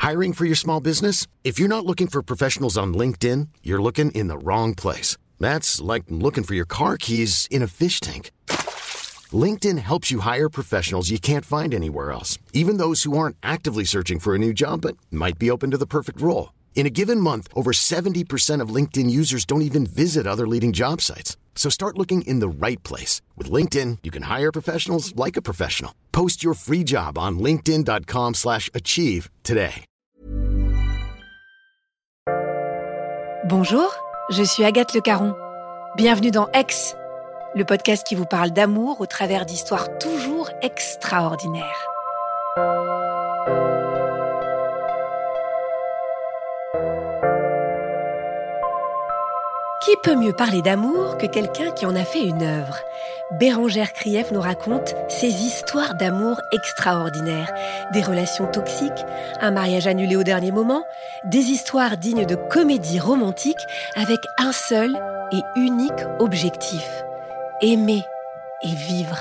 Hiring for your small business? If you're not looking for professionals on LinkedIn, you're looking in the wrong place. That's like looking for your car keys in a fish tank. LinkedIn helps you hire professionals you can't find anywhere else, even those who aren't actively searching for a new job but might be open to the perfect role. In a given month, over 70% of LinkedIn users don't even visit other leading job sites. So start looking in the right place. With LinkedIn, you can hire professionals like a professional. Post your free job on linkedin.com/achieve today. Bonjour, je suis Agathe Le Caron. Bienvenue dans Ex, le podcast qui vous parle d'amour au travers d'histoires toujours extraordinaires. Qui peut mieux parler d'amour que quelqu'un qui en a fait une œuvre ? Bérengère Krief nous raconte ses histoires d'amour extraordinaires, des relations toxiques, un mariage annulé au dernier moment, des histoires dignes de comédies romantiques avec un seul et unique objectif : aimer et vivre.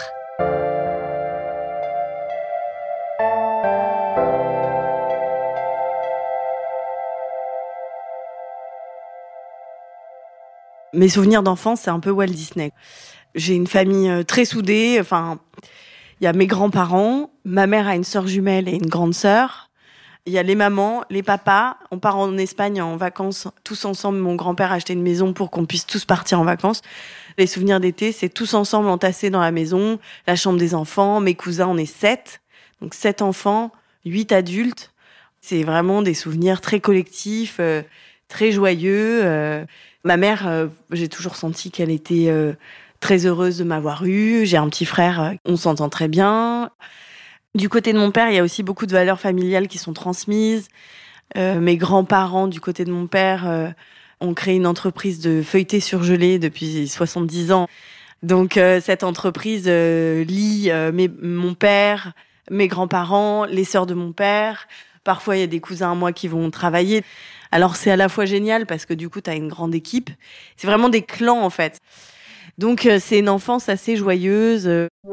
Mes souvenirs d'enfance, c'est un peu Walt Disney. J'ai une famille très soudée. Enfin, il y a mes grands-parents, ma mère a une sœur jumelle et une grande sœur. Il y a les mamans, les papas. On part en Espagne en vacances tous ensemble. Mon grand-père a acheté une maison pour qu'on puisse tous partir en vacances. Les souvenirs d'été, c'est tous ensemble entassés dans la maison, la chambre des enfants. Mes cousins, on est 7. Donc 7 enfants, 8 adultes. C'est vraiment des souvenirs très collectifs, très joyeux. Ma mère, j'ai toujours senti qu'elle était très heureuse de m'avoir eue. J'ai un petit frère, on s'entend très bien. Du côté de mon père, il y a aussi beaucoup de valeurs familiales qui sont transmises. Mes grands-parents, du côté de mon père, ont créé une entreprise de feuilletés surgelés depuis 70 ans. Donc cette entreprise lie mon père, mes grands-parents, les sœurs de mon père. Parfois, il y a des cousins à moi qui vont travailler. Alors, c'est à la fois génial parce que du coup, tu as une grande équipe. C'est vraiment des clans, en fait. Donc, c'est une enfance assez joyeuse.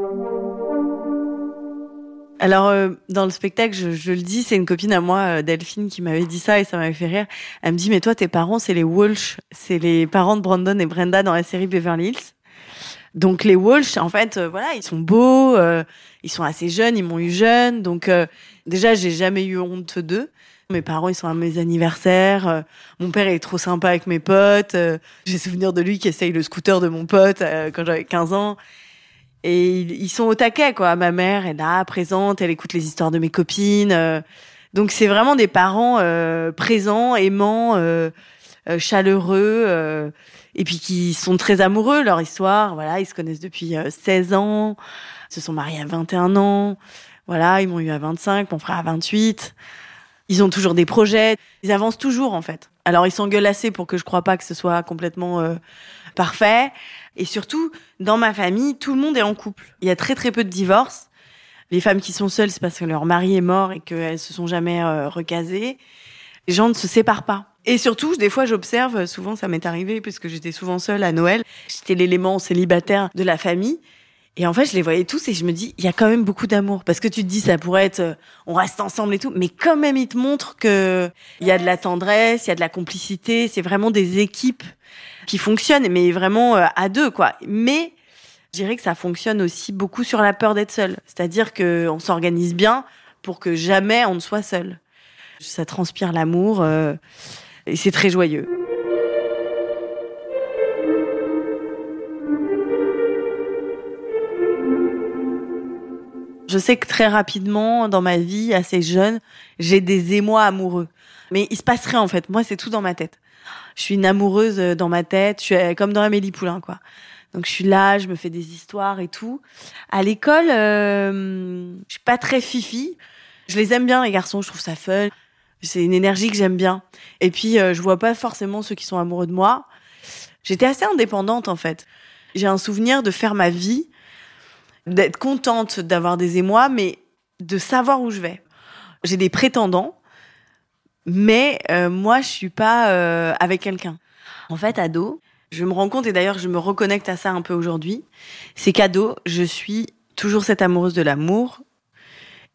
Alors, dans le spectacle, je le dis, c'est une copine à moi, Delphine, qui m'avait dit ça et ça m'avait fait rire. Elle me dit, mais toi, tes parents, c'est les Walsh. C'est les parents de Brandon et Brenda dans la série Beverly Hills. Donc, les Walsh, en fait, voilà, ils sont beaux, ils sont assez jeunes, ils m'ont eu jeune. Donc, déjà, j'ai jamais eu honte d'eux. Mes parents, ils sont à mes anniversaires. Mon père est trop sympa avec mes potes. J'ai souvenir de lui qui essaye le scooter de mon pote quand j'avais 15 ans. Et ils sont au taquet, quoi. Ma mère est là, présente. Elle écoute les histoires de mes copines. Donc, c'est vraiment des parents présents, aimants, chaleureux. Et puis, qui sont très amoureux, leur histoire. Voilà, ils se connaissent depuis 16 ans. Ils se sont mariés à 21 ans. Voilà, ils m'ont eu à 25, mon frère à 28. Ils ont toujours des projets. Ils avancent toujours, en fait. Alors, ils s'engueulent assez pour que je croie pas que ce soit complètement parfait. Et surtout, dans ma famille, tout le monde est en couple. Il y a très, très peu de divorces. Les femmes qui sont seules, c'est parce que leur mari est mort et qu'elles se sont jamais recasées. Les gens ne se séparent pas. Et surtout, des fois, j'observe, souvent ça m'est arrivé, puisque j'étais souvent seule à Noël. J'étais l'élément célibataire de la famille. Et en fait, je les voyais tous et je me dis, il y a quand même beaucoup d'amour. Parce que tu te dis, ça pourrait être, on reste ensemble et tout. Mais quand même, ils te montrent que il y a de la tendresse, il y a de la complicité. C'est vraiment des équipes qui fonctionnent, mais vraiment à deux, quoi. Mais je dirais que ça fonctionne aussi beaucoup sur la peur d'être seul. C'est-à-dire qu'on s'organise bien pour que jamais on ne soit seul. Ça transpire l'amour et c'est très joyeux. Je sais que très rapidement, dans ma vie, assez jeune, j'ai des émois amoureux. Mais il se passe rien, en fait. Moi, c'est tout dans ma tête. Je suis une amoureuse dans ma tête. Je suis comme dans Amélie Poulain, quoi. Donc, je suis là, je me fais des histoires et tout. À l'école, je suis pas très fifi. Je les aime bien, les garçons. Je trouve ça fun. C'est une énergie que j'aime bien. Et puis, je vois pas forcément ceux qui sont amoureux de moi. J'étais assez indépendante, en fait. J'ai un souvenir de faire ma vie, d'être contente d'avoir des émois, mais de savoir où je vais. J'ai des prétendants, mais moi, je suis pas avec quelqu'un. En fait, ado, je me rends compte, et d'ailleurs, je me reconnecte à ça un peu aujourd'hui, c'est qu'ado, je suis toujours cette amoureuse de l'amour.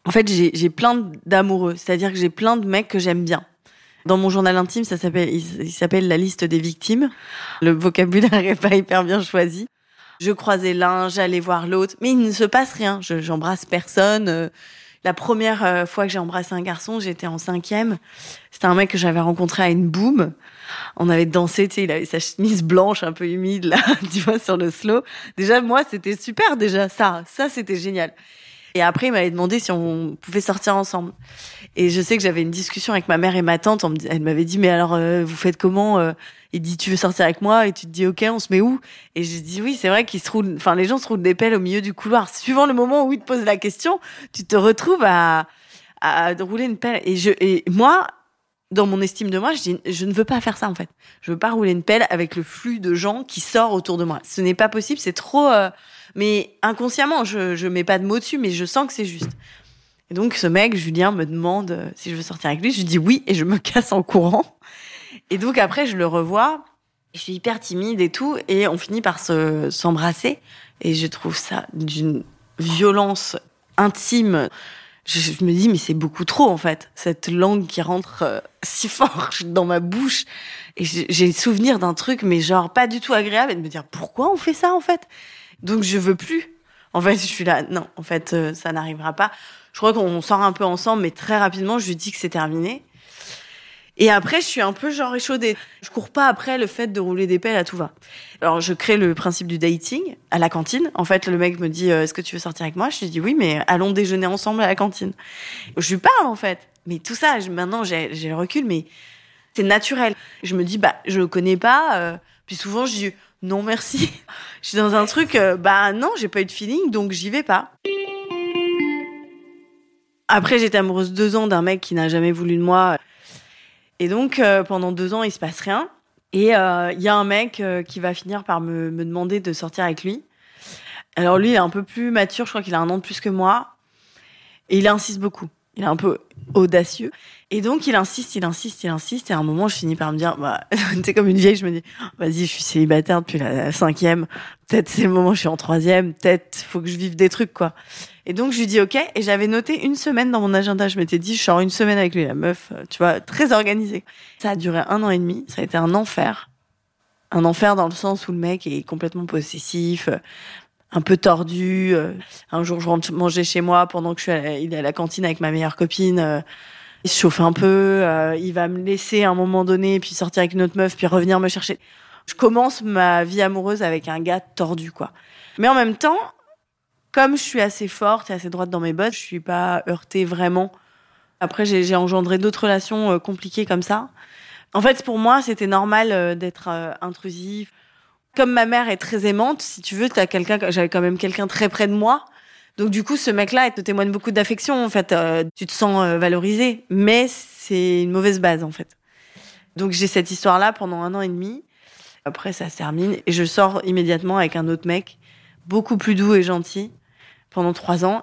En fait, j'ai plein d'amoureux. C'est-à-dire que j'ai plein de mecs que j'aime bien. Dans mon journal intime, il s'appelle la liste des victimes. Le vocabulaire est pas hyper bien choisi. Je croisais l'un, j'allais voir l'autre, mais il ne se passe rien. J'embrasse personne. La première fois que j'ai embrassé un garçon, j'étais en 5e. C'était un mec que j'avais rencontré à une boum. On avait dansé, tu sais, il avait sa chemise blanche un peu humide, là, tu vois, sur le slow. Déjà, moi, c'était super, déjà, ça, c'était génial. Et après, il m'avait demandé si on pouvait sortir ensemble. Et je sais que j'avais une discussion avec ma mère et ma tante. Elle m'avait dit, mais alors, vous faites comment Il dit, tu veux sortir avec moi? Et tu te dis, ok, on se met où? Et j'ai dit, oui, c'est vrai les gens se roulent des pelles au milieu du couloir. Suivant le moment où ils te posent la question, tu te retrouves à rouler une pelle. Et moi, dans mon estime de moi, je dis, je ne veux pas faire ça, en fait. Je veux pas rouler une pelle avec le flux de gens qui sort autour de moi. Ce n'est pas possible, c'est trop, mais inconsciemment, je mets pas de mots dessus, mais je sens que c'est juste. Et donc, ce mec, Julien, me demande si je veux sortir avec lui. Je lui dis oui, et je me casse en courant. Et donc, après, je le revois. Je suis hyper timide et tout, et on finit par s'embrasser. Et je trouve ça d'une violence intime. Je me dis, mais c'est beaucoup trop, en fait. Cette langue qui rentre si fort dans ma bouche. Et j'ai le souvenir d'un truc, mais genre pas du tout agréable, et de me dire, pourquoi on fait ça, en fait? Donc, je veux plus. En fait, je suis là, non, en fait, ça n'arrivera pas. Je crois qu'on sort un peu ensemble, mais très rapidement, je lui dis que c'est terminé. Et après, je suis un peu genre échaudée. Je cours pas après le fait de rouler des pelles à tout va. Alors, je crée le principe du dating à la cantine. En fait, le mec me dit, est-ce que tu veux sortir avec moi? Je lui dis oui, mais allons déjeuner ensemble à la cantine. Je lui parle, en fait. Mais tout ça, maintenant, j'ai le recul, mais c'est naturel. Je me dis, je le connais pas. Puis souvent, je dis, non, merci. Je suis dans un truc, non, j'ai pas eu de feeling, donc j'y vais pas. Après, j'étais amoureuse 2 ans d'un mec qui n'a jamais voulu de moi. Et donc, pendant 2 ans, il se passe rien. Et il y a un mec qui va finir par me demander de sortir avec lui. Alors lui, il est un peu plus mature, je crois qu'il a 1 an de plus que moi. Et il insiste beaucoup. Il est un peu audacieux. Et donc, il insiste. Et à un moment, je finis par me dire, c'est comme une vieille, je me dis, vas-y, je suis célibataire depuis la 5e. Peut-être c'est le moment, je suis en 3e. Peut-être faut que je vive des trucs, quoi. Et donc, je lui dis OK. Et j'avais noté 1 semaine dans mon agenda. Je m'étais dit, je sors 1 semaine avec lui, la meuf, tu vois, très organisée. Ça a duré 1 an et demi. Ça a été un enfer. Un enfer dans le sens où le mec est complètement possessif, un peu tordu. Un jour, je rentre manger chez moi pendant que il est à la cantine avec ma meilleure copine. Il se chauffe un peu. Il va me laisser à un moment donné, puis sortir avec une autre meuf, puis revenir me chercher. Je commence ma vie amoureuse avec un gars tordu, quoi. Mais en même temps, comme je suis assez forte et assez droite dans mes bottes, je suis pas heurtée vraiment. Après, j'ai engendré d'autres relations compliquées comme ça. En fait, pour moi, c'était normal d'être intrusif. Comme ma mère est très aimante, si tu veux, j'avais quand même quelqu'un très près de moi. Donc du coup, ce mec-là, il te témoigne beaucoup d'affection. En fait, tu te sens valorisé, mais c'est une mauvaise base, en fait. Donc j'ai cette histoire-là pendant 1 an et demi. Après, ça se termine et je sors immédiatement avec un autre mec, beaucoup plus doux et gentil, pendant 3 ans.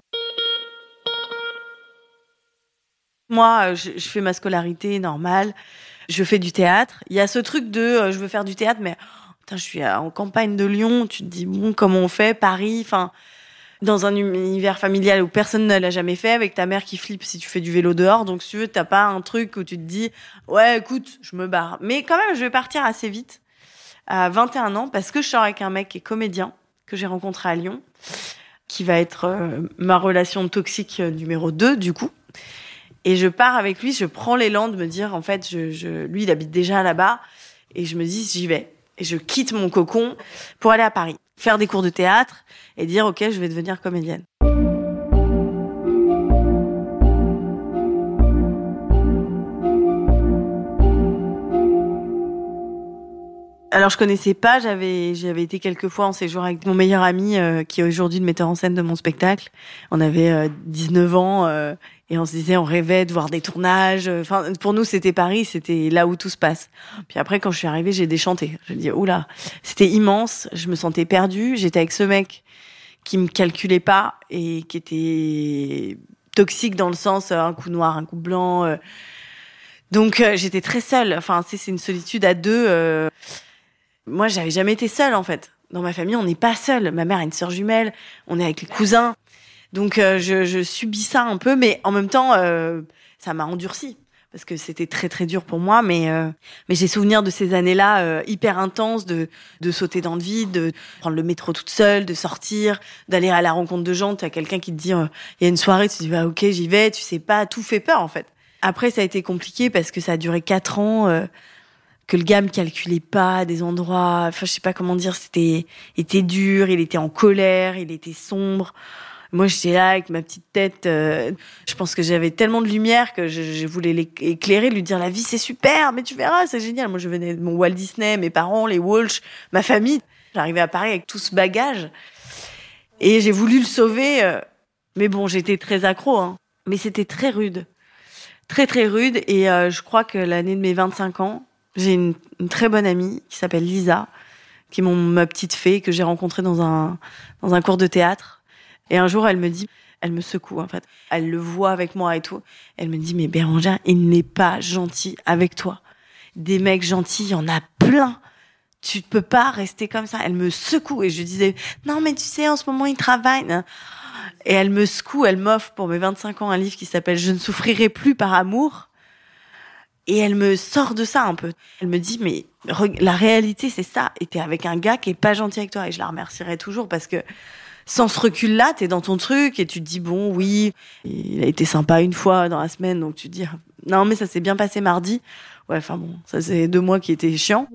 Moi, je fais ma scolarité normale, je fais du théâtre. Il y a ce truc de je veux faire du théâtre, mais je suis en campagne de Lyon, tu te dis, bon, comment on fait, Paris, enfin, dans un univers familial où personne ne l'a jamais fait, avec ta mère qui flippe si tu fais du vélo dehors. Donc, si tu veux, t'as pas un truc où tu te dis, ouais, écoute, je me barre. Mais quand même, je vais partir assez vite, à 21 ans, parce que je sors avec un mec qui est comédien, que j'ai rencontré à Lyon, qui va être ma relation toxique numéro 2, du coup. Et je pars avec lui, je prends l'élan de me dire, en fait, lui, il habite déjà là-bas, et je me dis, j'y vais. Et je quitte mon cocon pour aller à Paris, faire des cours de théâtre et dire, OK, je vais devenir comédienne. Alors, je connaissais pas, j'avais été quelques fois en séjour avec mon meilleur ami, qui est aujourd'hui le metteur en scène de mon spectacle. On avait 19 ans, et on se disait, on rêvait de voir des tournages. Enfin, pour nous, c'était Paris, c'était là où tout se passe. Puis après, quand je suis arrivée, j'ai déchanté. Je me dis, oula, c'était immense, je me sentais perdue. J'étais avec ce mec qui me calculait pas et qui était toxique dans le sens, un coup noir, un coup blanc. Donc, j'étais très seule. Enfin, c'est une solitude à 2. Moi, j'avais jamais été seule, en fait. Dans ma famille, on n'est pas seul. Ma mère a une sœur jumelle, on est avec les cousins. Donc je subis ça un peu, mais en même temps, ça m'a endurci parce que c'était très très dur pour moi. Mais j'ai souvenir de ces années-là hyper intenses, de sauter dans le vide, de prendre le métro toute seule, de sortir, d'aller à la rencontre de gens. Tu as quelqu'un qui te dit il y a une soirée, tu te dis ok j'y vais, tu sais pas, tout fait peur en fait. Après ça a été compliqué parce que ça a duré 4 ans. Que le gars me calculait pas des endroits, enfin je sais pas comment dire, était dur, il était en colère, il était sombre. Moi j'étais là avec ma petite tête, je pense que j'avais tellement de lumière que je voulais l'éclairer, lui dire la vie c'est super, mais tu verras, c'est génial. Moi je venais de mon Walt Disney, mes parents, les Walsh, ma famille. J'arrivais à Paris avec tout ce bagage et j'ai voulu le sauver, mais bon j'étais très accro, hein. Mais c'était très rude, très très rude et je crois que l'année de mes 25 ans, j'ai une très bonne amie qui s'appelle Lisa, qui est ma petite fée que j'ai rencontrée dans un cours de théâtre. Et un jour, elle me secoue en fait. Elle le voit avec moi et tout. Elle me dit mais Bérangère, il n'est pas gentil avec toi. Des mecs gentils, il y en a plein. Tu ne peux pas rester comme ça. Elle me secoue et je lui disais non mais tu sais en ce moment il travaille. Et elle me secoue, elle m'offre pour mes 25 ans un livre qui s'appelle Je ne souffrirai plus par amour. Et elle me sort de ça un peu. Elle me dit, mais la réalité, c'est ça. Et t'es avec un gars qui est pas gentil avec toi. Et je la remercierai toujours parce que sans ce recul-là, t'es dans ton truc et tu te dis, bon, oui, il a été sympa une fois dans la semaine. Donc tu te dis, non, mais ça s'est bien passé mardi. Ouais, enfin bon, ça c'est 2 mois qui étaient chiants.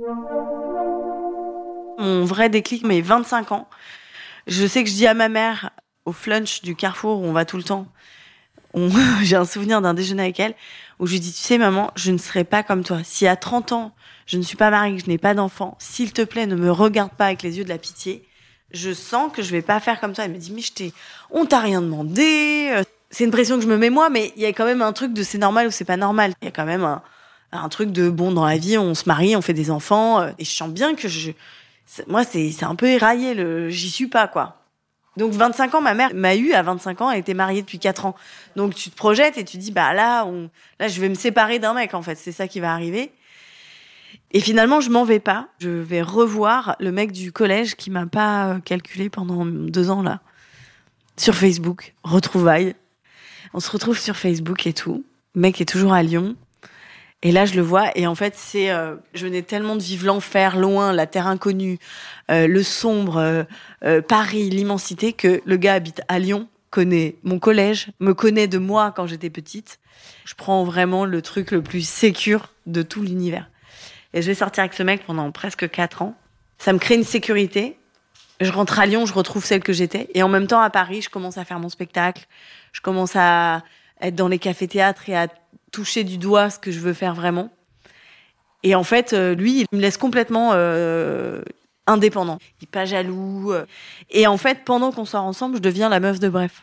Mon vrai déclic, mes 25 ans. Je sais que je dis à ma mère, au flunch du Carrefour où on va tout le temps, j'ai un souvenir d'un déjeuner avec elle où je lui dis, tu sais maman, je ne serai pas comme toi. Si à 30 ans, je ne suis pas mariée, que je n'ai pas d'enfant, s'il te plaît, ne me regarde pas avec les yeux de la pitié. Je sens que je vais pas faire comme toi. Elle me dit, mais on t'a rien demandé. C'est une pression que je me mets moi, mais il y a quand même un truc de c'est normal ou c'est pas normal. Il y a quand même un truc de bon, dans la vie, on se marie, on fait des enfants. Et je sens bien que moi, c'est un peu éraillé, j'y suis pas, quoi. Donc 25 ans, ma mère m'a eu à 25 ans, elle était mariée depuis 4 ans. Donc tu te projettes et tu dis bah là je vais me séparer d'un mec en fait, c'est ça qui va arriver. Et finalement, je m'en vais pas, je vais revoir le mec du collège qui m'a pas calculé pendant 2 ans là. Sur Facebook, retrouvailles. On se retrouve sur Facebook et tout. Le mec est toujours à Lyon. Et là, je le vois, et en fait, je venais tellement de vivre l'enfer, loin, la terre inconnue, le sombre, Paris, l'immensité, que le gars habite à Lyon, connaît mon collège, me connaît de moi quand j'étais petite. Je prends vraiment le truc le plus sécure de tout l'univers. Et je vais sortir avec ce mec pendant presque 4 ans. Ça me crée une sécurité. Je rentre à Lyon, je retrouve celle que j'étais. Et en même temps, à Paris, je commence à faire mon spectacle. Je commence à être dans les cafés-théâtres et à toucher du doigt ce que je veux faire vraiment. Et en fait, lui, il me laisse complètement indépendant. Il n'est pas jaloux. Et en fait, pendant qu'on sort ensemble, je deviens la meuf de Bref.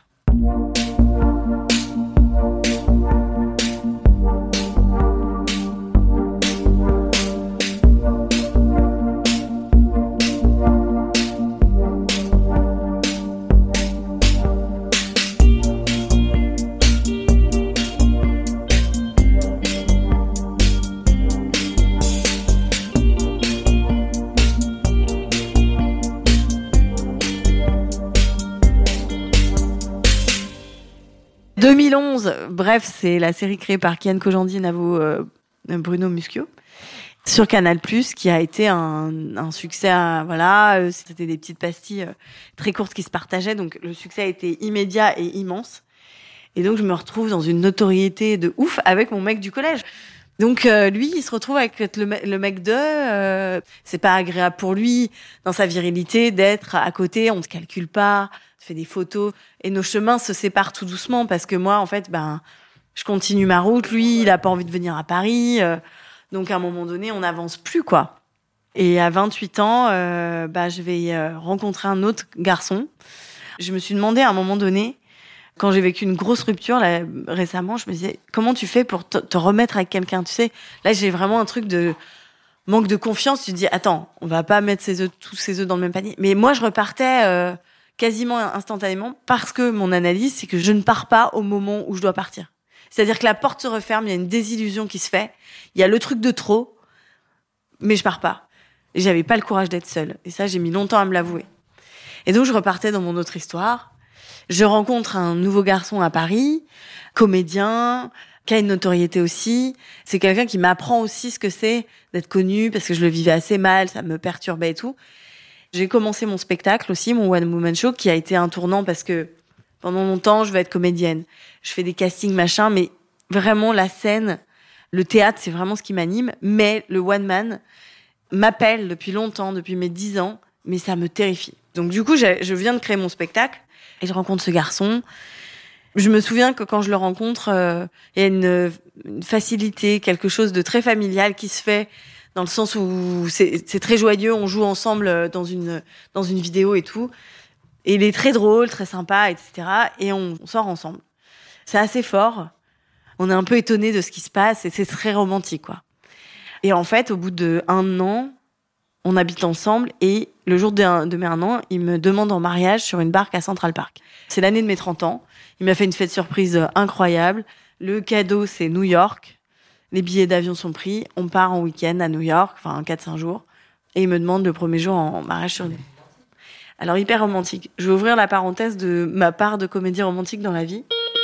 « 2011, Bref, c'est la série créée par Kian Kojandi, Navo, Bruno Muschio, sur Canal+, qui a été un succès. Voilà, c'était des petites pastilles très courtes qui se partageaient, donc le succès a été immédiat et immense. Et donc je me retrouve dans une notoriété de ouf avec mon mec du collège. Donc lui, il se retrouve avec le mec c'est pas agréable pour lui, dans sa virilité, d'être à côté, on te calcule pas, tu fais des photos, et nos chemins se séparent tout doucement, parce que moi, en fait, je continue ma route, lui, il a pas envie de venir à Paris, donc à un moment donné, on n'avance plus, quoi. Et à 28 ans, je vais rencontrer un autre garçon. Je me suis demandé à un moment donné, quand j'ai vécu une grosse rupture là, récemment, je me disais, comment tu fais pour te remettre avec quelqu'un, tu sais? Là, j'ai vraiment un truc de manque de confiance. Tu te dis, attends, on va pas mettre tous ses œufs dans le même panier. Mais moi, je repartais quasiment instantanément, parce que mon analyse, c'est que je ne pars pas au moment où je dois partir. C'est-à-dire que la porte se referme, il y a une désillusion qui se fait, il y a le truc de trop, mais je pars pas. Et j'avais pas le courage d'être seule. Et ça, j'ai mis longtemps à me l'avouer. Et donc, je repartais dans mon autre histoire. Je rencontre un nouveau garçon à Paris, comédien, qui a une notoriété aussi. C'est quelqu'un qui m'apprend aussi ce que c'est d'être connu, parce que je le vivais assez mal, ça me perturbait et tout. J'ai commencé mon spectacle aussi, mon One Woman Show, qui a été un tournant parce que pendant longtemps, je veux être comédienne. Je fais des castings, machin, mais vraiment la scène, le théâtre, c'est vraiment ce qui m'anime. Mais le One Man m'appelle depuis longtemps, depuis mes 10 ans, mais ça me terrifie. Donc du coup, je viens de créer mon spectacle et je rencontre ce garçon. Je me souviens que quand je le rencontre, il y a une facilité, quelque chose de très familial qui se fait, dans le sens où c'est très joyeux, on joue ensemble dans une vidéo et tout. Et il est très drôle, très sympa, etc. Et on sort ensemble. C'est assez fort. On est un peu étonnés de ce qui se passe et c'est très romantique, quoi. Et en fait, au bout d'1 an, on habite ensemble et le jour de mes 1 an, il me demande en mariage sur une barque à Central Park. C'est l'année de mes 30 ans. Il m'a fait une fête surprise incroyable. Le cadeau, c'est New York. Les billets d'avion sont pris. On part en week-end à New York, enfin 4-5 jours. Et il me demande le premier jour en mariage sur une... Alors, hyper romantique. Je vais ouvrir la parenthèse de ma part de comédie romantique dans la vie.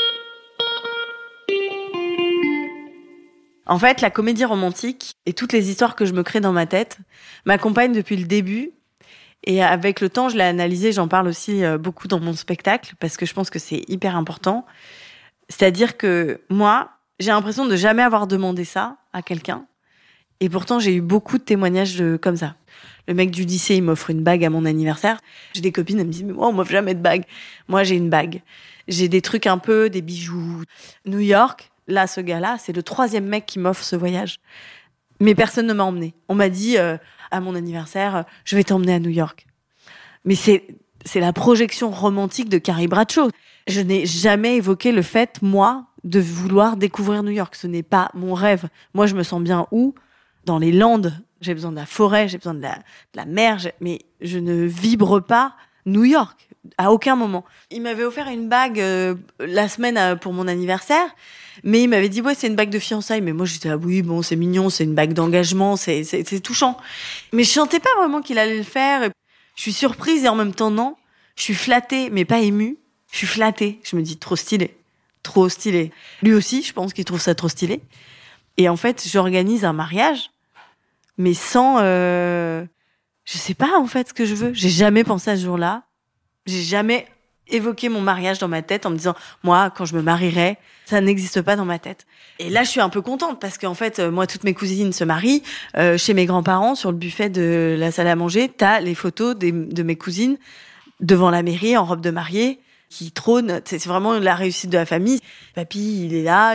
En fait, la comédie romantique et toutes les histoires que je me crée dans ma tête m'accompagnent depuis le début. Et avec le temps, je l'ai analysé, j'en parle aussi beaucoup dans mon spectacle, parce que je pense que c'est hyper important. C'est-à-dire que moi, j'ai l'impression de jamais avoir demandé ça à quelqu'un. Et pourtant, j'ai eu beaucoup de témoignages comme ça. Le mec du lycée, il m'offre une bague à mon anniversaire. J'ai des copines, elles me disent, mais moi, on m'offre jamais de bague. Moi, j'ai une bague. J'ai des trucs un peu, des bijoux. New York, là, ce gars-là, c'est le 3e mec qui m'offre ce voyage. Mais personne ne m'a emmené. On m'a dit, à mon anniversaire, je vais t'emmener à New York. Mais c'est la projection romantique de Carrie Bradshaw. Je n'ai jamais évoqué le fait, moi, de vouloir découvrir New York. Ce n'est pas mon rêve. Moi, je me sens bien où? Dans les Landes. J'ai besoin de la forêt, j'ai besoin de la mer, mais je ne vibre pas New York, à aucun moment. Il m'avait offert une bague la semaine pour mon anniversaire, mais il m'avait dit, ouais, c'est une bague de fiançailles. Mais moi, j'étais là, oui, bon, c'est mignon, c'est une bague d'engagement, c'est touchant. Mais je sentais pas vraiment qu'il allait le faire. Je suis surprise et en même temps, non. Je suis flattée, mais pas émue. Je suis flattée. Je me dis, trop stylé. Trop stylé. Lui aussi, je pense qu'il trouve ça trop stylé. Et en fait, j'organise un mariage, mais sans... je sais pas, en fait, ce que je veux. J'ai jamais pensé à ce jour-là. J'ai jamais évoqué mon mariage dans ma tête en me disant, moi, quand je me marierai, ça n'existe pas dans ma tête. Et là, je suis un peu contente parce qu'en fait, moi, toutes mes cousines se marient. Chez mes grands-parents, sur le buffet de la salle à manger, t'as les photos de mes cousines devant la mairie en robe de mariée qui trône. C'est vraiment la réussite de la famille. Papy, il est là,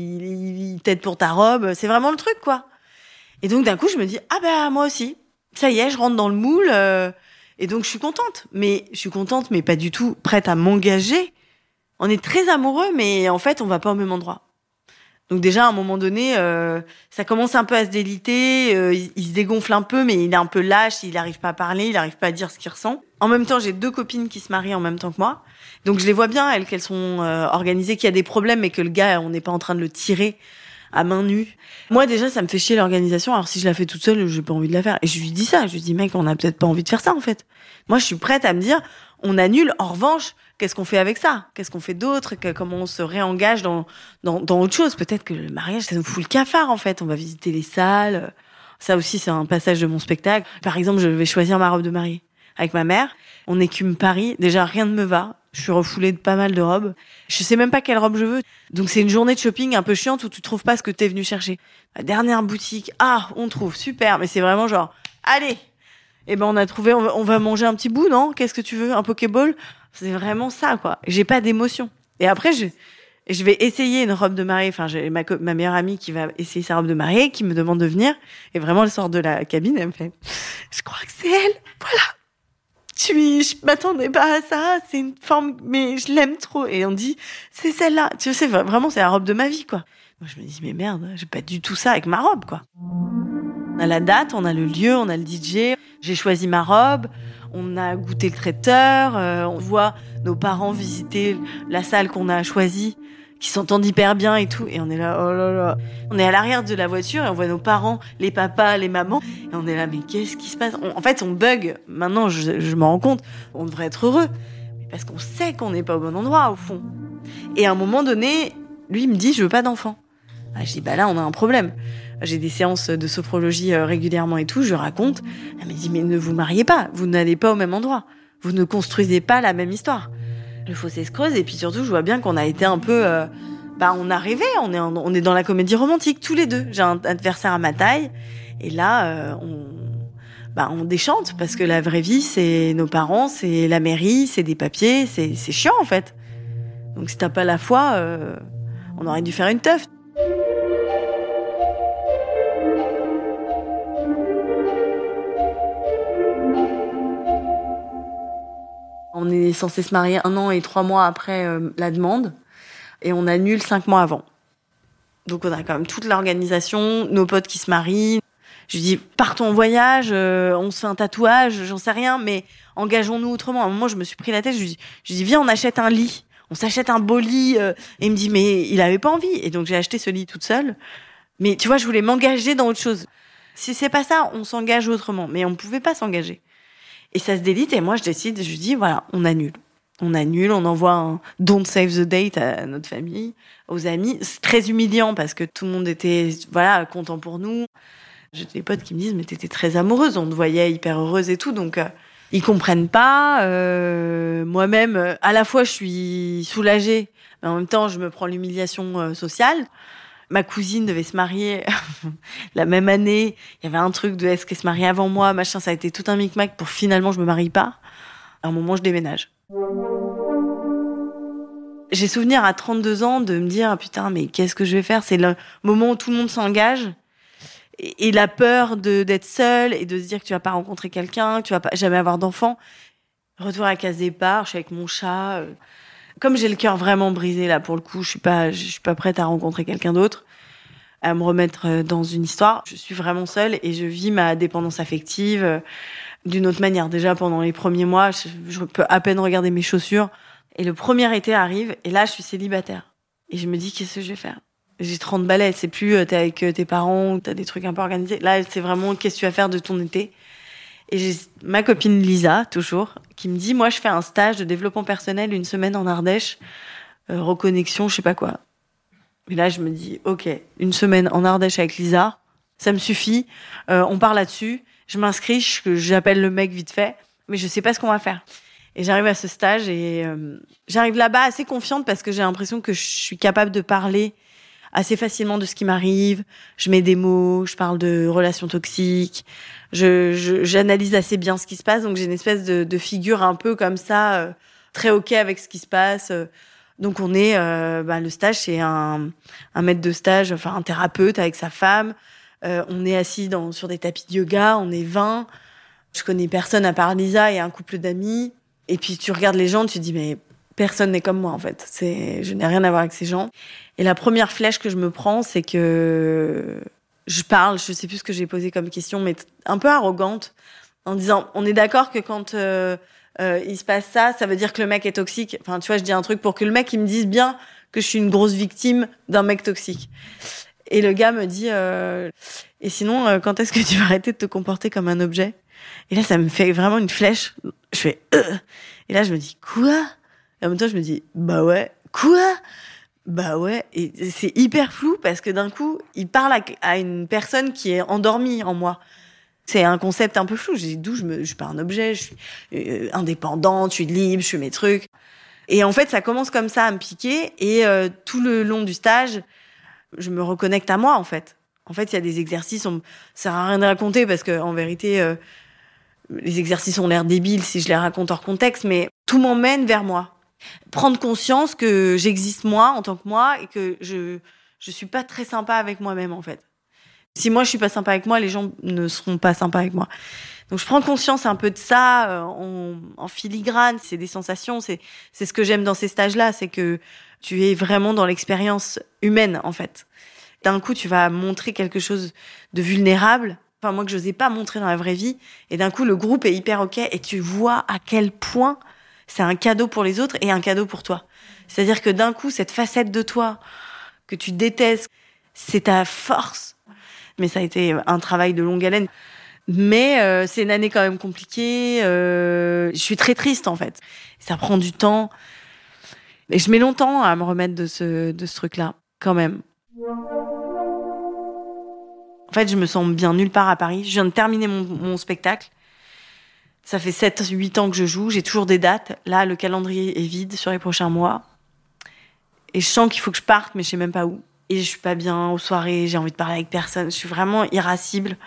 il t'aide pour ta robe. C'est vraiment le truc, quoi. Et donc, d'un coup, je me dis, ah ben, moi aussi. Ça y est, je rentre dans le moule. Et donc, je suis contente. Mais pas du tout prête à m'engager. On est très amoureux, mais en fait, on va pas au même endroit. Donc déjà, à un moment donné, ça commence un peu à se déliter. Il se dégonfle un peu, mais il est un peu lâche. Il n'arrive pas à parler, il n'arrive pas à dire ce qu'il ressent. En même temps, j'ai 2 copines qui se marient en même temps que moi. Donc, je les vois bien, elles, qu'elles sont organisées, qu'il y a des problèmes, mais que le gars, on n'est pas en train de le tirer à main nue. Moi, déjà, ça me fait chier l'organisation. Alors, si je la fais toute seule, j'ai pas envie de la faire. Et je lui dis ça. Je lui dis, mec, on a peut-être pas envie de faire ça, en fait. Moi, je suis prête à me dire, on annule. En revanche, qu'est-ce qu'on fait avec ça? Qu'est-ce qu'on fait d'autre? Comment on se réengage dans autre chose? Peut-être que le mariage, ça nous fout le cafard, en fait. On va visiter les salles. Ça aussi, c'est un passage de mon spectacle. Par exemple, je vais choisir ma robe de mariée avec ma mère. On écume Paris. Déjà, rien ne me va. Je suis refoulée de pas mal de robes. Je sais même pas quelle robe je veux. Donc, c'est une journée de shopping un peu chiante où tu trouves pas ce que t'es venu chercher. La dernière boutique. Ah, on trouve. Super. Mais c'est vraiment genre, allez. Eh ben, on a trouvé, on va manger un petit bout, non? Qu'est-ce que tu veux? Un Pokéball? C'est vraiment ça, quoi. J'ai pas d'émotion. Et après, je vais essayer une robe de mariée. Enfin, j'ai ma meilleure amie qui va essayer sa robe de mariée, qui me demande de venir. Et vraiment, elle sort de la cabine, elle me fait, je crois que c'est elle. Voilà. Je m'attendais pas à ça. C'est une forme, mais je l'aime trop. Et on dit, c'est celle-là. Tu sais, vraiment, c'est la robe de ma vie, quoi. Moi, je me dis, mais merde, j'ai pas du tout ça avec ma robe, quoi. On a la date, on a le lieu, on a le DJ. J'ai choisi ma robe. On a goûté le traiteur. On voit nos parents visiter la salle qu'on a choisie, qui s'entendent hyper bien et tout. Et on est là, oh là là. On est à l'arrière de la voiture et on voit nos parents, les papas, les mamans. Et on est là, mais qu'est-ce qui se passe? En fait, on bug. Maintenant, je m'en rends compte. On devrait être heureux. Mais Parce qu'on sait qu'on n'est pas au bon endroit, au fond. Et à un moment donné, lui, il me dit, je veux pas d'enfant. Je dis, là, on a un problème. J'ai des séances de sophrologie régulièrement et tout, je lui raconte. Elle me dit, mais ne vous mariez pas, vous n'allez pas au même endroit. Vous ne construisez pas la même histoire. Le fossé se creuse, et puis surtout, je vois bien qu'on a été un peu... on a rêvé, on est dans la comédie romantique, tous les deux. J'ai un adversaire à ma taille, et là, on déchante, parce que la vraie vie, c'est nos parents, c'est la mairie, c'est des papiers, c'est chiant, en fait. Donc si t'as pas la foi, on aurait dû faire une teuf. On est censé se marier 1 an et 3 mois après la demande, et on annule 5 mois avant. Donc on a quand même toute l'organisation, nos potes qui se marient. Je lui dis, partons en voyage, on se fait un tatouage, j'en sais rien, mais engageons-nous autrement. À un moment, je me suis pris la tête, je lui dis, viens, on achète un lit. On s'achète un beau lit. Et il me dit, mais il avait pas envie. Et donc j'ai acheté ce lit toute seule. Mais tu vois, je voulais m'engager dans autre chose. Si c'est pas ça, on s'engage autrement. Mais on pouvait pas s'engager. Et ça se délite, et moi je décide, je dis, voilà, on annule. On annule, on envoie un don't save the date à notre famille, aux amis. C'est très humiliant parce que tout le monde était, content pour nous. J'ai des potes qui me disent, mais t'étais très amoureuse, on te voyait hyper heureuse et tout, donc ils comprennent pas. Moi-même, à la fois je suis soulagée, mais en même temps je me prends l'humiliation sociale. Ma cousine devait se marier la même année. Il y avait un truc de est-ce qu'elle se marie avant moi, machin, ça a été tout un micmac pour finalement je me marie pas. À un moment, je déménage. J'ai souvenir à 32 ans de me dire, putain, mais qu'est-ce que je vais faire? C'est le moment où tout le monde s'engage. Et la peur d'être seule et de se dire que tu vas pas rencontrer quelqu'un, que tu vas pas jamais avoir d'enfant. Retour à la case départ, je suis avec mon chat. Comme j'ai le cœur vraiment brisé là pour le coup, je suis pas prête à rencontrer quelqu'un d'autre, à me remettre dans une histoire. Je suis vraiment seule et je vis ma dépendance affective d'une autre manière. Déjà pendant les premiers mois, je peux à peine regarder mes chaussures. Et le premier été arrive et là je suis célibataire. Et je me dis qu'est-ce que je vais faire? J'ai 30 balais, c'est plus t'es avec tes parents ou t'as des trucs un peu organisés. Là c'est vraiment qu'est-ce que tu vas faire de ton été? Et j'ai ma copine Lisa, toujours, qui me dit, moi, je fais un stage de développement personnel 1 semaine en Ardèche, reconnexion, je sais pas quoi. Et là, je me dis, ok, 1 semaine en Ardèche avec Lisa, ça me suffit, on part là-dessus, je m'inscris, j'appelle le mec vite fait, mais je sais pas ce qu'on va faire. Et j'arrive à ce stage et j'arrive là-bas assez confiante parce que j'ai l'impression que je suis capable de parler assez facilement de ce qui m'arrive. Je mets des mots, je parle de relations toxiques, j'analyse assez bien ce qui se passe, donc j'ai une espèce de figure un peu comme ça, très ok avec ce qui se passe. Donc on est, le stage c'est un maître de stage, enfin un thérapeute avec sa femme. On est assis sur des tapis de yoga, on est 20. Je connais personne à part Lisa et un couple d'amis. Et puis tu regardes les gens, tu te dis mais personne n'est comme moi en fait. Je n'ai rien à voir avec ces gens. Et la première flèche que je me prends, c'est que je parle, je sais plus ce que j'ai posé comme question, mais un peu arrogante, en disant, on est d'accord que quand il se passe ça, ça veut dire que le mec est toxique. Enfin, tu vois, je dis un truc pour que le mec, il me dise bien que je suis une grosse victime d'un mec toxique. Et le gars me dit, et sinon, quand est-ce que tu vas arrêter de te comporter comme un objet? Et là, ça me fait vraiment une flèche. Je fais, Et là, je me dis, quoi? Et en même temps, je me dis, bah ouais, quoi? Bah ouais, et c'est hyper flou parce que d'un coup, il parle à une personne qui est endormie en moi. C'est un concept un peu flou. J'ai dit, je suis pas un objet, je suis indépendante, je suis libre, je fais mes trucs. Et en fait, ça commence comme ça à me piquer et tout le long du stage, je me reconnecte à moi en fait. En fait, il y a des exercices, ça sert à rien de raconter parce que en vérité, les exercices ont l'air débiles si je les raconte hors contexte, mais tout m'emmène vers moi. Prendre conscience que j'existe moi en tant que moi et que je suis pas très sympa avec moi-même en fait. Si moi je suis pas sympa avec moi, les gens ne seront pas sympas avec moi. Donc je prends conscience un peu de ça en filigrane, c'est des sensations, c'est ce que j'aime dans ces stages-là, c'est que tu es vraiment dans l'expérience humaine en fait. D'un coup, tu vas montrer quelque chose de vulnérable, enfin moi que j'osais pas montrer dans la vraie vie, et d'un coup le groupe est hyper ok et tu vois à quel point c'est un cadeau pour les autres et un cadeau pour toi. C'est-à-dire que d'un coup, cette facette de toi que tu détestes, c'est ta force. Mais ça a été un travail de longue haleine. Mais c'est une année quand même compliquée. Je suis très triste, en fait. Ça prend du temps. Et je mets longtemps à me remettre de ce truc-là, quand même. En fait, je me sens bien nulle part à Paris. Je viens de terminer mon spectacle. Ça fait 7-8 ans que je joue. J'ai toujours des dates. Là, le calendrier est vide sur les prochains mois. Et je sens qu'il faut que je parte, mais je sais même pas où. Et je suis pas bien aux soirées. J'ai envie de parler avec personne. Je suis vraiment irascible.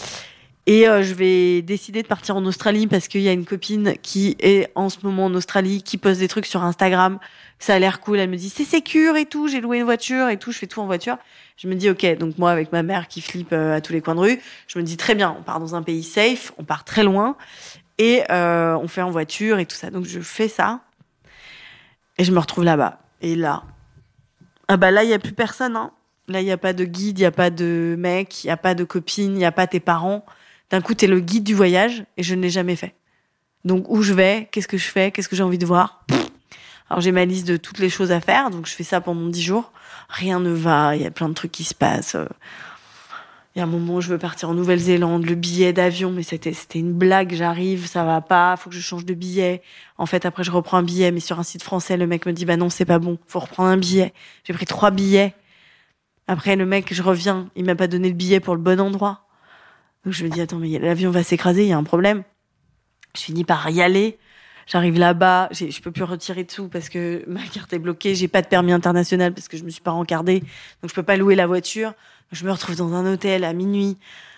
Et je vais décider de partir en Australie parce qu'il y a une copine qui est en ce moment en Australie, qui poste des trucs sur Instagram. Ça a l'air cool. Elle me dit, c'est sécure et tout. J'ai loué une voiture et tout. Je fais tout en voiture. Je me dis, ok. Donc moi, avec ma mère qui flippe à tous les coins de rue, je me dis très bien. On part dans un pays safe. On part très loin. Et on fait en voiture et tout ça. Donc je fais ça. Et je me retrouve là-bas. Et là, là, il y a plus personne, hein. Là, il y a pas de guide, il y a pas de mec, il y a pas de copine, il y a pas tes parents. D'un coup, t'es le guide du voyage et je ne l'ai jamais fait. Donc, où je vais? Qu'est-ce que je fais? Qu'est-ce que j'ai envie de voir? Alors, j'ai ma liste de toutes les choses à faire. Donc, je fais ça pendant 10 jours. Rien ne va. Il y a plein de trucs qui se passent. Il y a un moment où je veux partir en Nouvelle-Zélande. Le billet d'avion, mais c'était une blague. J'arrive, ça va pas. Faut que je change de billet. En fait, après, je reprends un billet, mais sur un site français, le mec me dit, bah non, c'est pas bon. Faut reprendre un billet. J'ai pris 3 billets. Après, le mec, je reviens. Il m'a pas donné le billet pour le bon endroit. Donc je me dis, attends, mais l'avion va s'écraser, il y a un problème. Je finis par y aller. J'arrive là-bas, je peux plus retirer de sous parce que ma carte est bloquée. J'ai pas de permis international parce que je me suis pas rencardée. Donc je peux pas louer la voiture. Donc je me retrouve dans un hôtel à minuit,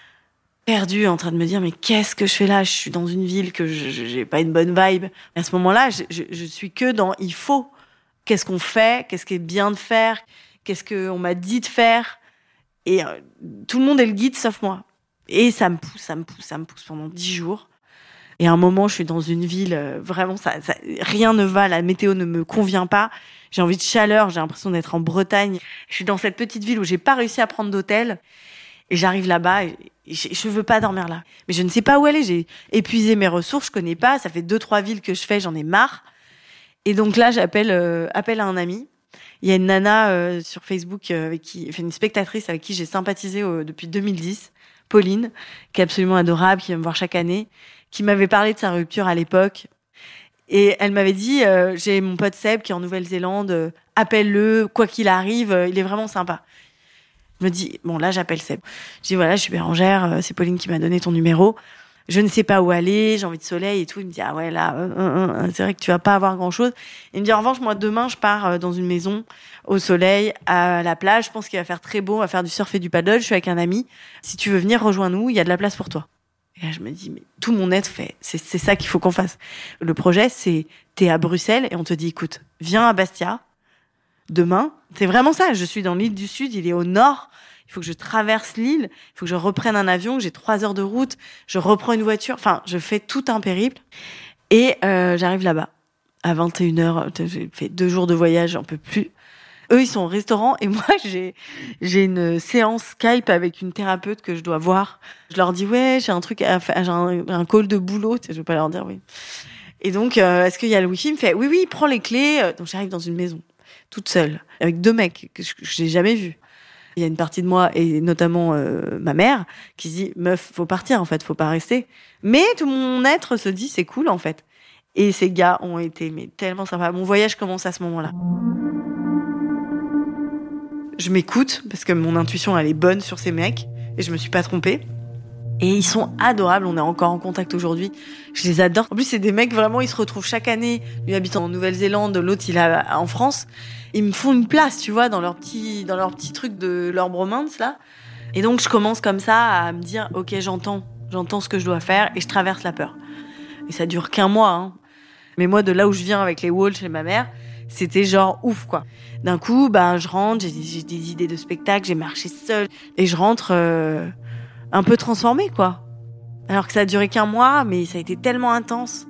perdue, en train de me dire, mais qu'est-ce que je fais là? Je suis dans une ville que j'ai pas une bonne vibe. Mais à ce moment-là, je suis que dans il faut. Qu'est-ce qu'on fait? Qu'est-ce qui est bien de faire? Qu'est-ce qu'on m'a dit de faire? Et tout le monde est le guide sauf moi. Et ça me pousse pendant 10 jours. Et à un moment, je suis dans une ville, vraiment, rien ne va, la météo ne me convient pas. J'ai envie de chaleur, j'ai l'impression d'être en Bretagne. Je suis dans cette petite ville où j'ai pas réussi à prendre d'hôtel. Et j'arrive là-bas, et je veux pas dormir là. Mais je ne sais pas où aller, j'ai épuisé mes ressources, je connais pas. Ça fait 2-3 villes que je fais, j'en ai marre. Et donc là, j'appelle à un ami. Il y a une nana sur Facebook, une spectatrice avec qui j'ai sympathisé depuis 2010. Pauline, qui est absolument adorable, qui vient me voir chaque année, qui m'avait parlé de sa rupture à l'époque. Et elle m'avait dit, j'ai mon pote Seb qui est en Nouvelle-Zélande, appelle-le, quoi qu'il arrive, il est vraiment sympa. Je me dis, bon là j'appelle Seb. Je dis, voilà, je suis Bérangère, c'est Pauline qui m'a donné ton numéro. Je ne sais pas où aller, j'ai envie de soleil et tout. Il me dit, ah ouais, là, c'est vrai que tu vas pas avoir grand-chose. Il me dit, en revanche, moi, demain, je pars dans une maison au soleil, à la plage. Je pense qu'il va faire très beau, on va faire du surf et du paddle. Je suis avec un ami. Si tu veux venir, rejoins-nous, il y a de la place pour toi. Et là, je me dis, mais tout mon être fait. C'est ça qu'il faut qu'on fasse. Le projet, c'est, t'es à Bruxelles et on te dit, écoute, viens à Bastia. Demain, c'est vraiment ça. Je suis dans l'île du Sud, il est au nord. Il faut que je traverse l'île, il faut que je reprenne un avion, j'ai 3 heures de route, je reprends une voiture, enfin, je fais tout un périple. Et j'arrive là-bas, à 21h, j'ai fait 2 jours de voyage, j'en peux plus. Eux, ils sont au restaurant, et moi, j'ai une séance Skype avec une thérapeute que je dois voir. Je leur dis, ouais, j'ai un truc à faire, j'ai un call de boulot, je vais pas leur dire oui. Et donc, est-ce qu'il y a le wifi? Il me fait, oui, prends les clés. Donc, j'arrive dans une maison, toute seule, avec 2 mecs que je n'ai jamais vus. Il y a une partie de moi, et notamment ma mère, qui se dit, meuf, faut partir, en fait, faut pas rester. Mais tout mon être se dit, c'est cool, en fait. Et ces gars ont été tellement sympas. Mon voyage commence à ce moment-là. Je m'écoute, parce que mon intuition, elle est bonne sur ces mecs, et je me suis pas trompée. Et ils sont adorables, on est encore en contact aujourd'hui. Je les adore. En plus, c'est des mecs, vraiment, ils se retrouvent chaque année. Lui habite en Nouvelle-Zélande, l'autre, il est en France. Ils me font une place, tu vois, dans leur petit truc de leur bromance, là. Et donc, je commence comme ça à me dire, ok, j'entends ce que je dois faire, et je traverse la peur. Et ça dure qu'un mois, hein. Mais moi, de là où je viens avec les Walsh chez ma mère, c'était genre ouf, quoi. D'un coup, je rentre, j'ai des idées de spectacle, j'ai marché seule, et je rentre un peu transformée, quoi. Alors que ça a duré qu'un mois, mais ça a été tellement intense.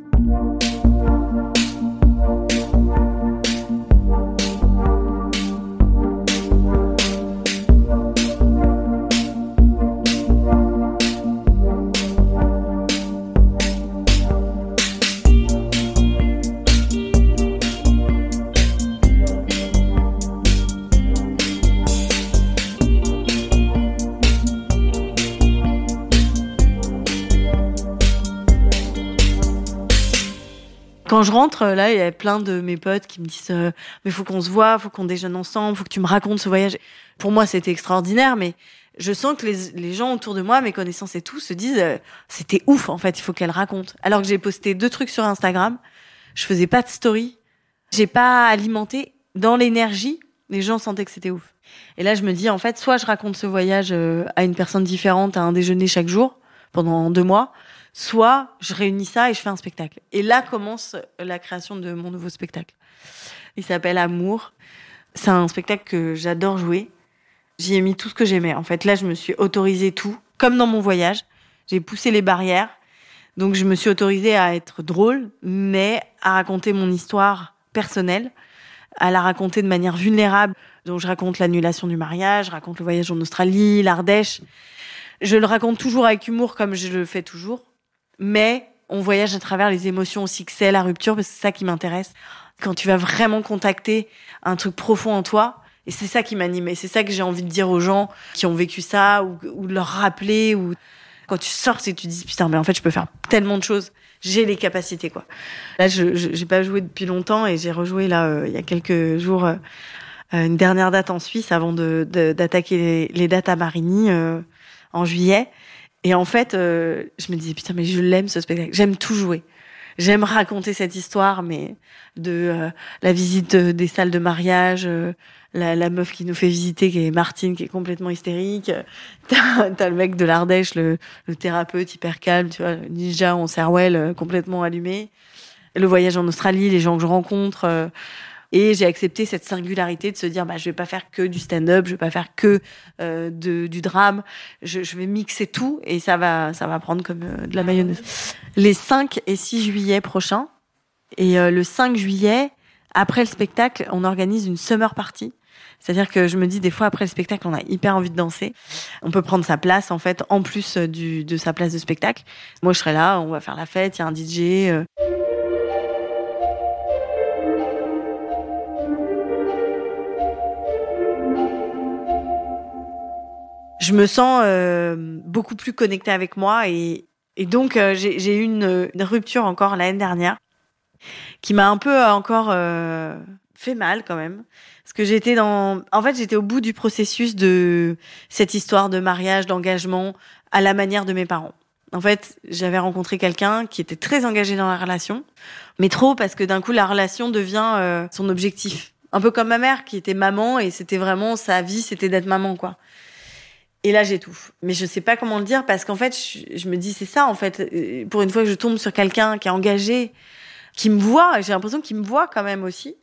Quand je rentre, là, il y a plein de mes potes qui me disent mais faut qu'on se voit, faut qu'on déjeune ensemble, faut que tu me racontes ce voyage. Pour moi, c'était extraordinaire, mais je sens que les gens autour de moi, mes connaissances et tout, se disent c'était ouf, en fait, il faut qu'elle raconte. Alors que j'ai posté 2 trucs sur Instagram, je faisais pas de story, j'ai pas alimenté dans l'énergie, les gens sentaient que c'était ouf. Et là, je me dis, en fait, soit je raconte ce voyage à une personne différente, à un déjeuner chaque jour, pendant 2 mois, soit je réunis ça et je fais un spectacle. Et là commence la création de mon nouveau spectacle. Il s'appelle Amour. C'est un spectacle que j'adore jouer. J'y ai mis tout ce que j'aimais. En fait, là, je me suis autorisée tout, comme dans mon voyage. J'ai poussé les barrières. Donc, je me suis autorisée à être drôle, mais à raconter mon histoire personnelle, à la raconter de manière vulnérable. Donc, je raconte l'annulation du mariage, je raconte le voyage en Australie, l'Ardèche. Je le raconte toujours avec humour, comme je le fais toujours. Mais on voyage à travers les émotions aussi que c'est la rupture, parce que c'est ça qui m'intéresse. Quand tu vas vraiment contacter un truc profond en toi, et c'est ça qui m'anime, et c'est ça que j'ai envie de dire aux gens qui ont vécu ça, ou de leur rappeler, ou quand tu sors et tu te dis putain, mais en fait je peux faire tellement de choses, j'ai les capacités quoi. Là, j'ai pas joué depuis longtemps et j'ai rejoué là il y a quelques jours une dernière date en Suisse avant d'attaquer les dates à Marigny en juillet. Et en fait, je me disais, putain, mais je l'aime ce spectacle. J'aime tout jouer. J'aime raconter cette histoire, mais de la visite des salles de mariage, la meuf qui nous fait visiter, qui est Martine, qui est complètement hystérique. T'as le mec de l'Ardèche, le thérapeute hyper calme, tu vois, le ninja en Serwell, complètement allumé. Le voyage en Australie, les gens que je rencontre. Et j'ai accepté cette singularité de se dire, je vais pas faire que du stand-up, je vais pas faire que du drame, je vais mixer tout et ça va prendre comme de la mayonnaise. Les 5 et 6 juillet prochains. Et le 5 juillet, après le spectacle, on organise une summer party. C'est-à-dire que je me dis, des fois, après le spectacle, on a hyper envie de danser. On peut prendre sa place, en fait, en plus de sa place de spectacle. Moi, je serai là, on va faire la fête, il y a un DJ. Je me sens beaucoup plus connectée avec moi et donc j'ai eu une rupture encore l'année dernière qui m'a un peu encore fait mal quand même parce que j'étais au bout du processus de cette histoire de mariage, d'engagement à la manière de mes parents. En fait, j'avais rencontré quelqu'un qui était très engagé dans la relation, mais trop parce que d'un coup la relation devient son objectif. Un peu comme ma mère qui était maman et c'était vraiment sa vie, c'était d'être maman quoi. Et là, j'étouffe. Mais je sais pas comment le dire parce qu'en fait, je me dis, c'est ça, en fait. Pour une fois que je tombe sur quelqu'un qui est engagé, qui me voit, j'ai l'impression qu'il me voit quand même aussi.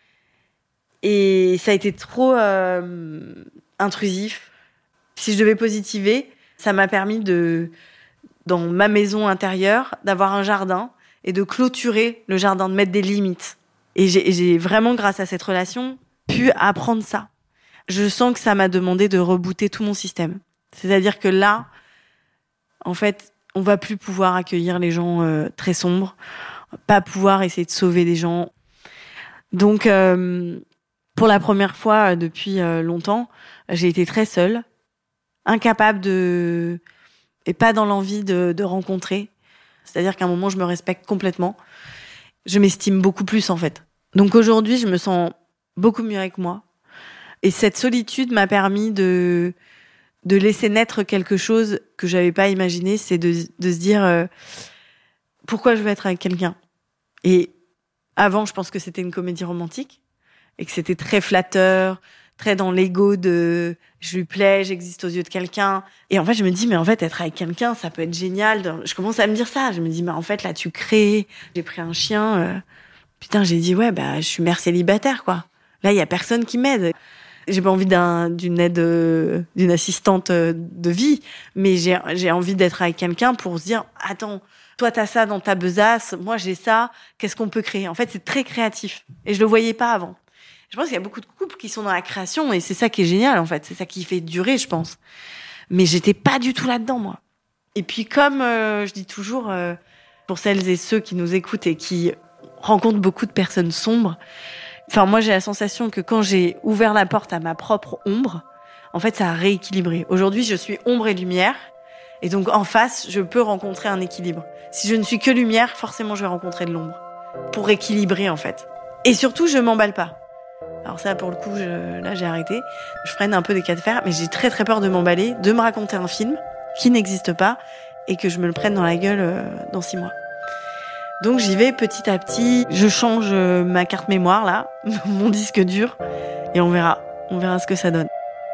Et ça a été trop intrusif. Si je devais positiver, ça m'a permis dans ma maison intérieure, d'avoir un jardin et de clôturer le jardin, de mettre des limites. Et j'ai vraiment, grâce à cette relation, pu apprendre ça. Je sens que ça m'a demandé de rebooter tout mon système. C'est-à-dire que là, en fait, on va plus pouvoir accueillir les gens très sombres, pas pouvoir essayer de sauver des gens. Donc, pour la première fois depuis longtemps, j'ai été très seule, incapable et pas dans l'envie de rencontrer. C'est-à-dire qu'à un moment, je me respecte complètement. Je m'estime beaucoup plus, en fait. Donc aujourd'hui, je me sens beaucoup mieux avec moi. Et cette solitude m'a permis de laisser naître quelque chose que j'avais pas imaginé, c'est de se dire pourquoi je veux être avec quelqu'un. Et avant, je pense que c'était une comédie romantique et que c'était très flatteur, très dans l'ego de je lui plais, j'existe aux yeux de quelqu'un. Et en fait, je me dis mais en fait être avec quelqu'un, ça peut être génial. Je commence à me dire ça. Je me dis mais en fait là tu crées. J'ai pris un chien. Putain, j'ai dit je suis mère célibataire quoi. Là il y a personne qui m'aide. J'ai pas envie d'une aide, d'une assistante de vie, mais j'ai envie d'être avec quelqu'un pour se dire, attends, toi t'as ça dans ta besace, moi j'ai ça, qu'est-ce qu'on peut créer? En fait, c'est très créatif. Et je le voyais pas avant. Je pense qu'il y a beaucoup de couples qui sont dans la création et c'est ça qui est génial, en fait. C'est ça qui fait durer, je pense. Mais j'étais pas du tout là-dedans, moi. Et puis, comme je dis toujours, pour celles et ceux qui nous écoutent et qui rencontrent beaucoup de personnes sombres, moi, j'ai la sensation que quand j'ai ouvert la porte à ma propre ombre, en fait, ça a rééquilibré. Aujourd'hui, je suis ombre et lumière. Et donc, en face, je peux rencontrer un équilibre. Si je ne suis que lumière, forcément, je vais rencontrer de l'ombre. pour équilibrer en fait. Et surtout, je m'emballe pas. Alors ça, pour le coup, là, j'ai arrêté. Je freine un peu des cas de fer, mais j'ai très très peur de m'emballer, de me raconter un film qui n'existe pas et que je me le prenne dans la gueule dans 6 mois. Donc j'y vais petit à petit. Je change ma carte mémoire là, mon disque dur, et on verra ce que ça donne.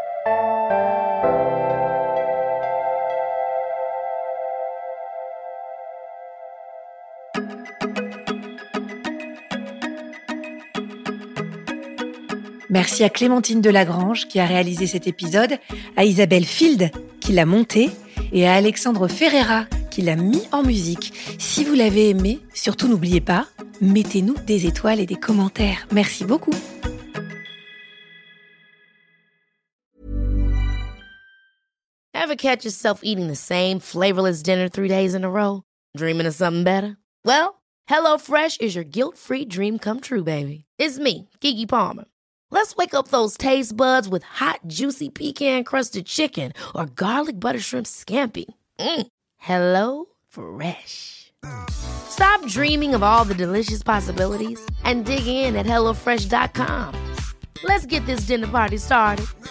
Merci à Clémentine Delagrange qui a réalisé cet épisode, à Isabelle Field qui l'a monté et à Alexandre Ferreira qui l'a mis en musique. Si vous l'avez aimé, surtout n'oubliez pas, mettez-nous des étoiles et des commentaires. Merci beaucoup. Ever catch yourself eating the same flavorless dinner 3 days in a row? Dreaming of something better? Well, HelloFresh is your guilt-free dream come true, baby. It's me, Keke Palmer. Let's wake up those taste buds with hot, juicy pecan-crusted chicken or garlic butter shrimp scampi. Hello Fresh. Stop dreaming of all the delicious possibilities and dig in at HelloFresh.com. Let's get this dinner party started.